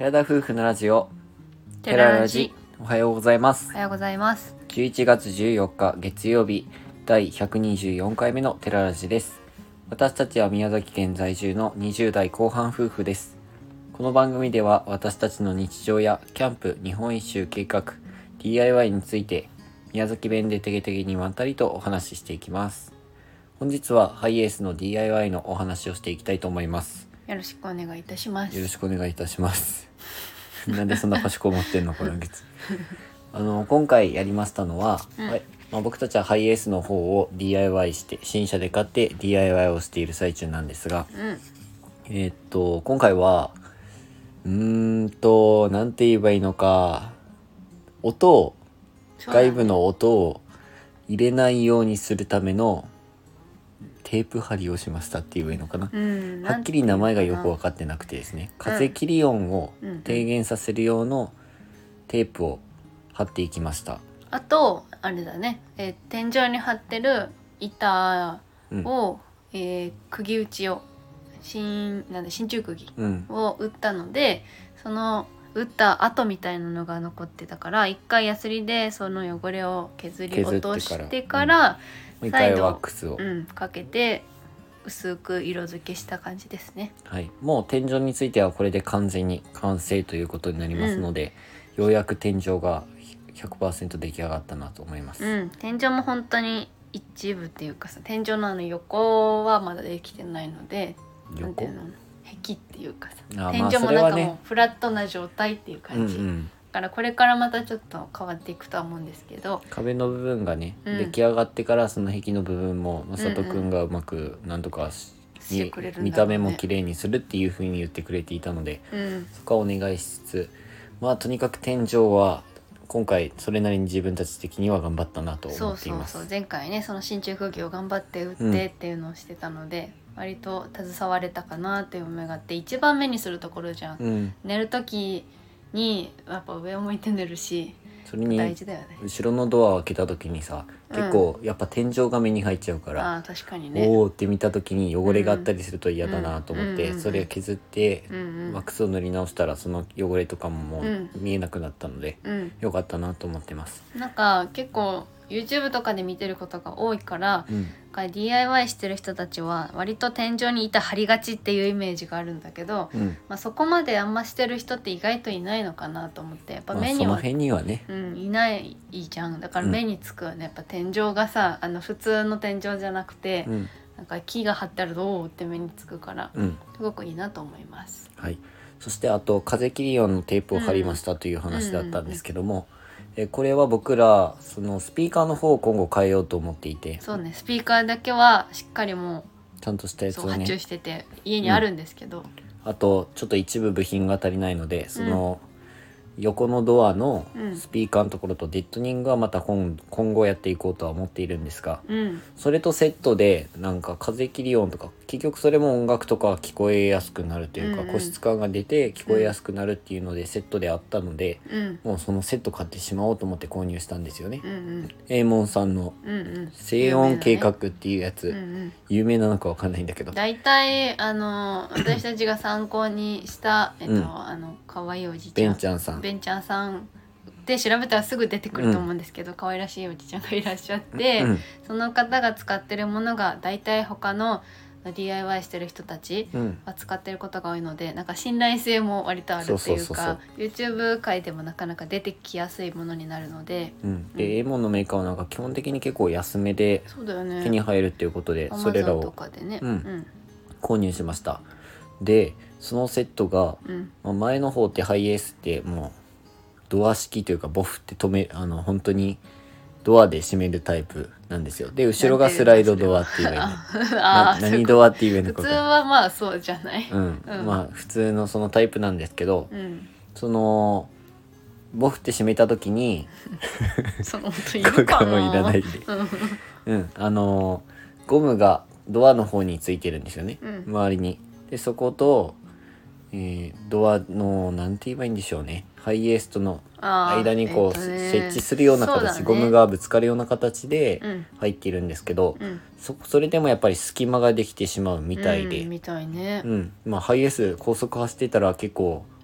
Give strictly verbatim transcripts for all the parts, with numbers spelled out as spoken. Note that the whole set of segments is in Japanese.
寺田夫婦のラジオテララジ。 おはようございます。 おはようございます。 じゅういちがつじゅうよっか月曜日、だいひゃくにじゅうよんかいめのテララジです。私たちは宮崎県在住のにじゅうだいこう半夫婦です。この番組では私たちの日常やキャンプ、日本一周計画、ディーアイワイ について宮崎弁でてげてげにまったりとお話ししていきます。本日はハイエースの ディーアイワイ のお話をしていきたいと思います。 よろしくお願いいたします。 よろしくお願いいたしますなんでそんな賢く持ってんのこれ月あの今回やりましたのは、 うんはいまあ、僕たちはハイエースの方を ディーアイワイ して新車で買って ディーアイワイ をしている最中なんですが、 うんえーっと今回はうーんとなんて言えばいいのか、音を、 そうだね外部の音を入れないようにするためのテープ貼りをしましたって言えばいいのかな、 うんはっきり名前がよくわ分かってなくてですね、風切り音を低減させる用のテープを貼っていきました。 あとあれだね、えー天井に貼ってる板を、えー釘打ちを新なんで真鍮釘うんを打ったので、その打った跡みたいなのが残ってたから、一回ヤスリでその汚れを削り落としてからもう一回再度ワックスを、 うん、かけて薄く色付けした感じですね。 はい、もう天井についてはこれで完全に完成ということになりますので、ようやく天井が ひゃくパーセント 出来上がったなと思います。 うん、天井も本当に一部っていうかさ、天井のあの横はまだできてないので、なんて横いうの、壁っていうかさ、 あ天井もまあそれはねなんかもうフラットな状態っていう感じ、 うんうんだからこれからまたちょっと変わっていくとは思うんですけど、 壁の部分がね、 うん出来上がってからその壁の部分もまさとくんがうまくなんとかし、 してくれるんだろうね見た目も綺麗にするっていう風に言ってくれていたので、 うんそこはお願いしつつ、まあとにかく天井は今回それなりに自分たち的には頑張ったなとそう思っています。 そうそう、前回ねその真鍮釘を頑張って打っうんてっていうのをしてたので、割と携われたかなっていう思いがあって、一番目にするところじゃん、 うん、 寝る時にやっぱ上を向いて寝るしそれに大事だよね。 後ろのドアを開けた時にさ、結構やっぱ天井が目に入っちゃうから、 ああ確かにね。 おーって見た時に汚れがあったりすると嫌だなと思って、 うんうんそれを削ってうんうんワックスを塗り直したらその汚れとかももうんう見えなくなったので、 うんよかったなと思ってます。 なんか結構 YouTube とかで見てることが多いから、 うんディーアイワイ してる人たちは割と天井に板張りがちっていうイメージがあるんだけど、 うんまあ、そこまであんましてる人って意外といないのかなと思って、やっぱまあ、 目には、 その辺にはね、 うん、いないじゃん。だから目につくよね、やっぱ天井がさ、あの普通の天井じゃなくて、 うんなんか木が張ってあるとおーって目につくから、 うんすごくいいなと思います。 はい、そしてあと風切り用のテープを貼りましたという話だったんですけども、えこれは僕らそのスピーカーの方を今後変えようと思っていて、 そうね、スピーカーだけはしっかりもちゃんとしたうそう発やつをね、 注してて家にあるんですけど、 あとちょっと一部部品が足りないので、その横のドアのスピーカーのところとデッドニングはまた 今, 今後やっていこうとは思っているんですが、 うんそれとセットでなんか風切り音とか、結局それも音楽とか聞こえやすくなるというか、 うんうん個室感が出て聞こえやすくなるっていうのでセットであったので、 うんもうそのセット買ってしまおうと思って購入したんですよね。 うんうんエーモンさんのうんうん静音計画っていうやつ、 うんうん有名なのかわかんないんだけど、 大体あの私たちが参考にしたえっと、 うんあの可愛いおじちベゃんンちゃんさん、 ベンちゃんさんで調べたらすぐ出てくると思うんですけど、可愛らしいおじちゃんがいらっしゃって、 うんその方が使ってるものが大体他の ディーアイワイ してる人たちうんが使ってることが多いので、なんか信頼性も割とあるっていうそうそうそうそかう YouTube 界でもなかなか出てきやすいものになるので、 うん、でエーモンのメーカーはなんか基本的に結構安めでそうだよね、 手に入るっていうことで、それら Amazon とをかでね、 うん購入しました。でそのセットが、 うんうんまあ前の方ってハイエースってもうドア式というかボフって止めあの本当にドアで閉めるタイプなんですよ。で後ろがスライドドアっていうね、 あー何ドアって言えるのか普通はまあそうじゃない、 うん、 うんまあ普通のそのタイプなんですけど、 うん、 そのボフって閉めた時にその音いるかここなもいらないで、うん、あのゴムがドアの方についてるんですよね、 うん周りに。でそこと、えードアのなんて言えばいいんでしょうね、ハイエースとのあー間にこう、 えっとね設置するような形、 そうだねゴムがぶつかるような形でうん入っているんですけど、 うんそそれでもやっぱり隙間ができてしまうみたいで、 うん、みたいね、 うんまあ、ハイエース高速走ってたら結構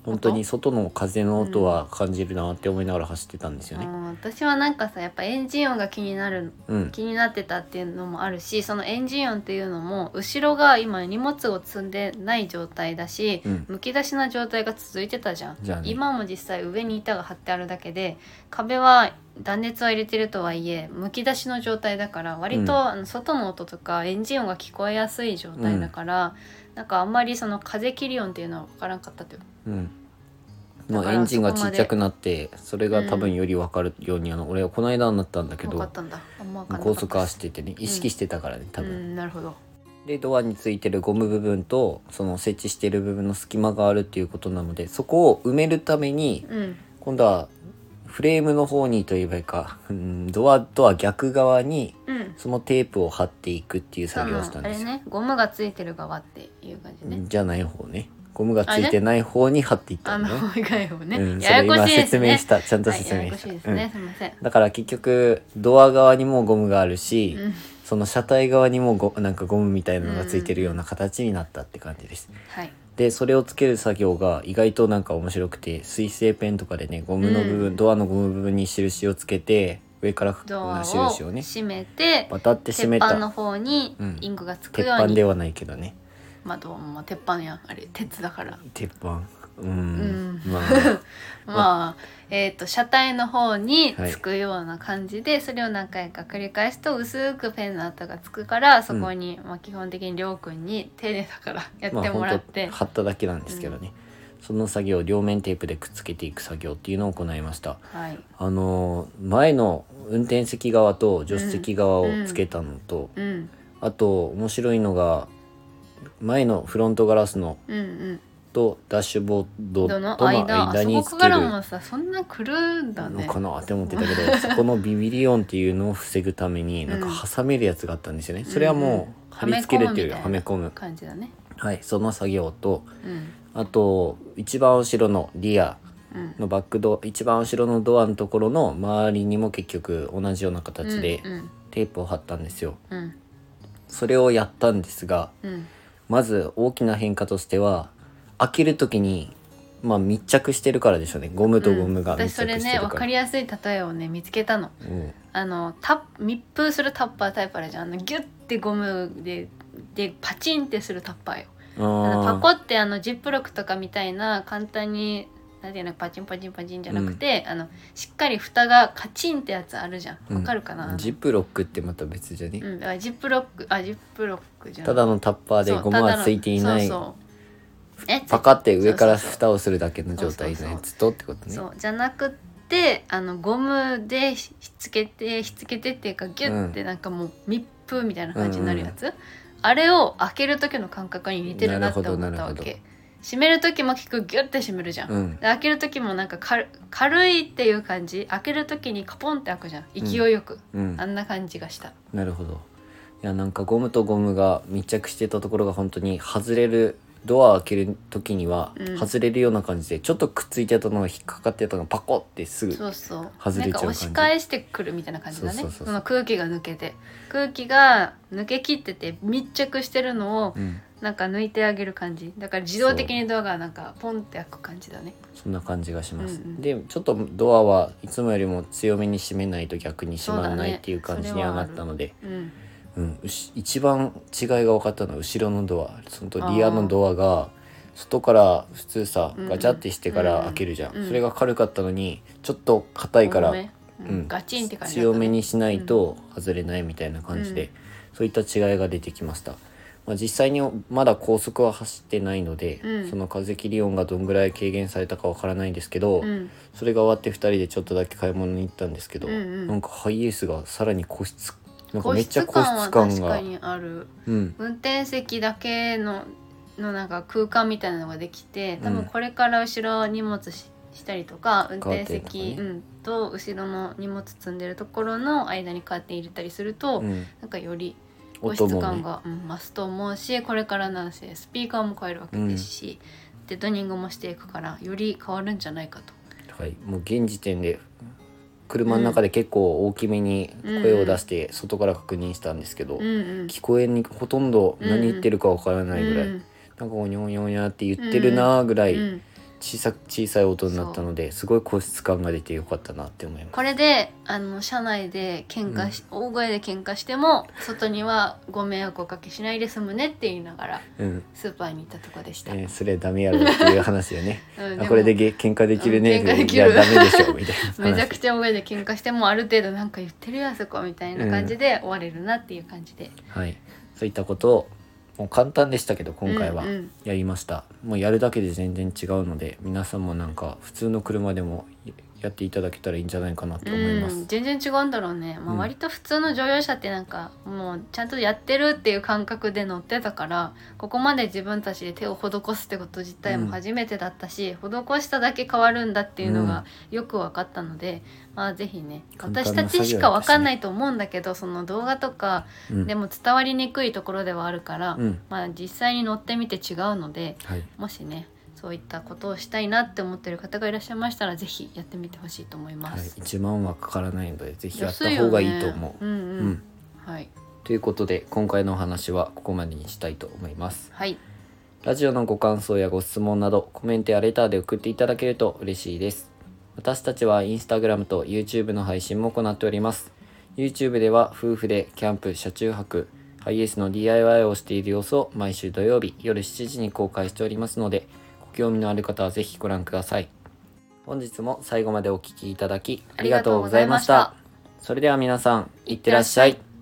本当に外の風の音は感じるなって思いながら走ってたんですよね。 うん、私はなんかさやっぱエンジン音が気になる、 うん、 気になってたっていうのもあるし、そのエンジン音っていうのも後ろが今荷物を積んでない状態だし、 うん、 むき出しな状態が続いてたじゃん。 じゃあね、 今も実際上に板が張ってあるだけで壁は断熱は入れてるとはいえむき出しの状態だから割と、 うん、 あの外の音とかエンジン音が聞こえやすい状態だから、うん、なんかあんまりその風切り音っていうのは分からんかったという。 うんまあ、エンジンがちっちゃくなってそれが多分より分かるように、あの俺はこの間になったんだけど、 分かったんだ。あんま分かんなかった高速走っててね意識してたからね、多分、 うん、なるほど。 でドアについてるゴム部分とその設置している部分の隙間があるっていうことなので、そこを埋めるために、 うん、 今度はフレームの方にといえばいいか、うん、ドアとは逆側にうんそのテープを貼っていくっていう作業をしたんですよ。 あれね、ゴムがついてる側っていう感じね。 じゃない方ね、ゴムがついてない方に貼っていったあののね。 以外をね、 うん、そやれ今やこしいです説明ね。 したちゃんとはい、 説明した、 ややこしいですね、 うんすみません。 だから結局ドア側にもゴムがあるし、 うん、 その車体側にもゴなんかゴムみたいなのがついてるような形になったって感じです。 はい。 でそれをつける作業が意外となんか面白くて、水性ペンとかでねゴムの部分、 うんドアのゴム部分に印をつけて上からドアを印をね閉めて、 バタって閉め鉄板のた、 方にうんインクがつく鉄ように。 板ではないけどね、 まあどうもまあ鉄板やん、あれ鉄だから。 鉄板うん、 うんまあまあえっ、と車体の方につくような感じで、それを何回か繰り返すと薄くペンの跡がつくから、そこに、まあ基本的にりょうくんに丁寧だからやってもらって、 まあ、貼っただけなんですけどね、その作業両面テープでくっつけていく作業っていうのを行いました。 はい。 あの前の運転席側と助手席側をつけたのと、 うん、 あと面白いのが前のフロントガラスのうんうんとダッシュボードとどのの間、 間につけあそこからるもさそんな来るんだね。 のかなって思ってたけど、そこのビビリ音っていうのを防ぐためになんか挟めるやつがあったんですよね。それはもう貼り付けるっていうよりはめ込む感じだね。 はい、その作業と、 うんあと一番後ろのリアうんのバックドア、一番後ろのドアのところの周りにも結局同じような形でうんテープを貼ったんですよ。 うんそれをやったんですが、 うんまず大きな変化としては開ける時にまあ密着してるからでしょうね。ゴムとゴムがうん、私そ密着してるれねから、 分かりやすい例えをね見つけたの。 うんあのタ密封するタッパータイプあるじゃん。あのギュッてゴムででパチンってするタッパーよ。あのパコあってあのジップロックとかみたいな簡単になんていうのパチンパチンパチンじゃなくて、あのしっかり蓋がカチンってやつあるじゃん。わかるかな、 ージップロックってまた別じゃね、 うん、だからジップロックあジップロックじゃん。 ただのタッパーでそうゴムはついていない、 そうそうえパカって上からそうそうそう蓋をするだけの状態のやつとってことね。 そうじゃなくってあのゴムでひっつけてひっつけてっていうかギュッてなんかもう密封みたいな感じになるやつ、あれを開ける時の感覚に似てるなって思ったわなるほどなるけ。閉める時も結構ギュッて閉めるじゃん、 うんで開ける時もなんか軽軽いっていう感じ、開ける時にカポンって開くじゃん勢いよく、 うんあんな感じがした。 なるほど。いやなんかゴムとゴムが密着してたところが本当に外れる、ドア開ける時にはうん外れるような感じで、ちょっとくっついてたのが引っかかってたのがパコってすぐそうそう外れちゃう感じなんか押し返してくるみたいな感じだね。 そうそうそうそうその空気が抜けて空気が抜けきってて密着してるのをうんなんか抜いてあげる感じだから自動的にドアがなんかポンって開く感じだね。 そんな感じがします、 うんうんでちょっとドアはいつもよりも強めに閉めないと逆に閉まらないっていう感じにはなったので、 うんうん、うし一番違いが分かったのは後ろのドア、そのリアのドアが外から普通さうんうんガチャってしてから開けるじゃん、 うんそれが軽かったのにちょっと硬いから、 重めうんうんガチンって感じだったね強めにしないと外れないみたいな感じで、 うんそういった違いが出てきました。まあ、実際にまだ高速は走ってないので、 うんその風切り音がどんぐらい軽減されたかわからないんですけど、 うんそれが終わってふたりでちょっとだけ買い物に行ったんですけど、 うんうんなんかハイエースがさらに個室なんか個めっちゃ室個感は室感が確かにある。 うん運転席だけののなんか空間みたいなのができて、多分これから後ろ荷物ししたりとか運転席、 カーテンとかねうん、と後ろの荷物積んでるところの間にカーテン入れたりすると、 うんなんかより個室音もね、 感が、うん、増すと思うし、これからなんせスピーカーも変えるわけですし、デトニングもしていくからより変わるんじゃないかと。 はい、もう現時点で車の中で結構大きめに声を出して外から確認したんですけど、 うんうん聞こえにほとんど何言ってるかわからないぐらい、 うんなんかおにょおにょおにゃって言ってるなぐらいうん小さ小さい音になったのですごい個室感が出てよかったなって思います。 これであの車内で喧嘩し、うん、大声で喧嘩しても外にはご迷惑をおかけしないで済むねって言いながら、うん、スーパーに行ったとこでした、 えー、それダメやろっていう話よね、うん、あこれでげ喧嘩できるね、うん、いやダメでしょみたいなめちゃくちゃ大声で喧嘩してもある程度なんか言ってるやそこみたいな感じで終われるなっていう感じで、 うん、はい、そういったことをもう簡単でしたけど今回はやりました、うんうん、もうやるだけで全然違うので皆さんもなんか普通の車でもやっていただけたらいいんじゃないかなと思います、 うん、全然違うんだろうね、まあ、割と普通の乗用車ってなんかもうちゃんとやってるっていう感覚で乗ってたからここまで自分たちで手を施すってこと自体も初めてだったし、うん、施しただけ変わるんだっていうのがよく分かったので、うん、まあぜひね私たちしか分かんないと思うんだけどその動画とかでも伝わりにくいところではあるから、うん、まあ実際に乗ってみて違うので、はい、もしねそういったことをしたいなって思ってる方がいらっしゃいましたらぜひやってみてほしいと思います、 はい、いちまんはかからないのでぜひやった方がいいと思う、ね、うんうんうん、はい、ということで今回のお話はここまでにしたいと思います、はい、ラジオのご感想やご質問などコメントやレターで送っていただけると嬉しいです。私たちはインスタグラムと YouTube の配信も行っております。 YouTube では夫婦でキャンプ車中泊ハイエースの ディーアイワイ をしている様子を毎週土曜日夜しちじに公開しておりますのでご興味のある方はぜひご覧ください。本日も最後までお聞きいただきありがとうございました。それでは皆さんいってらっしゃい。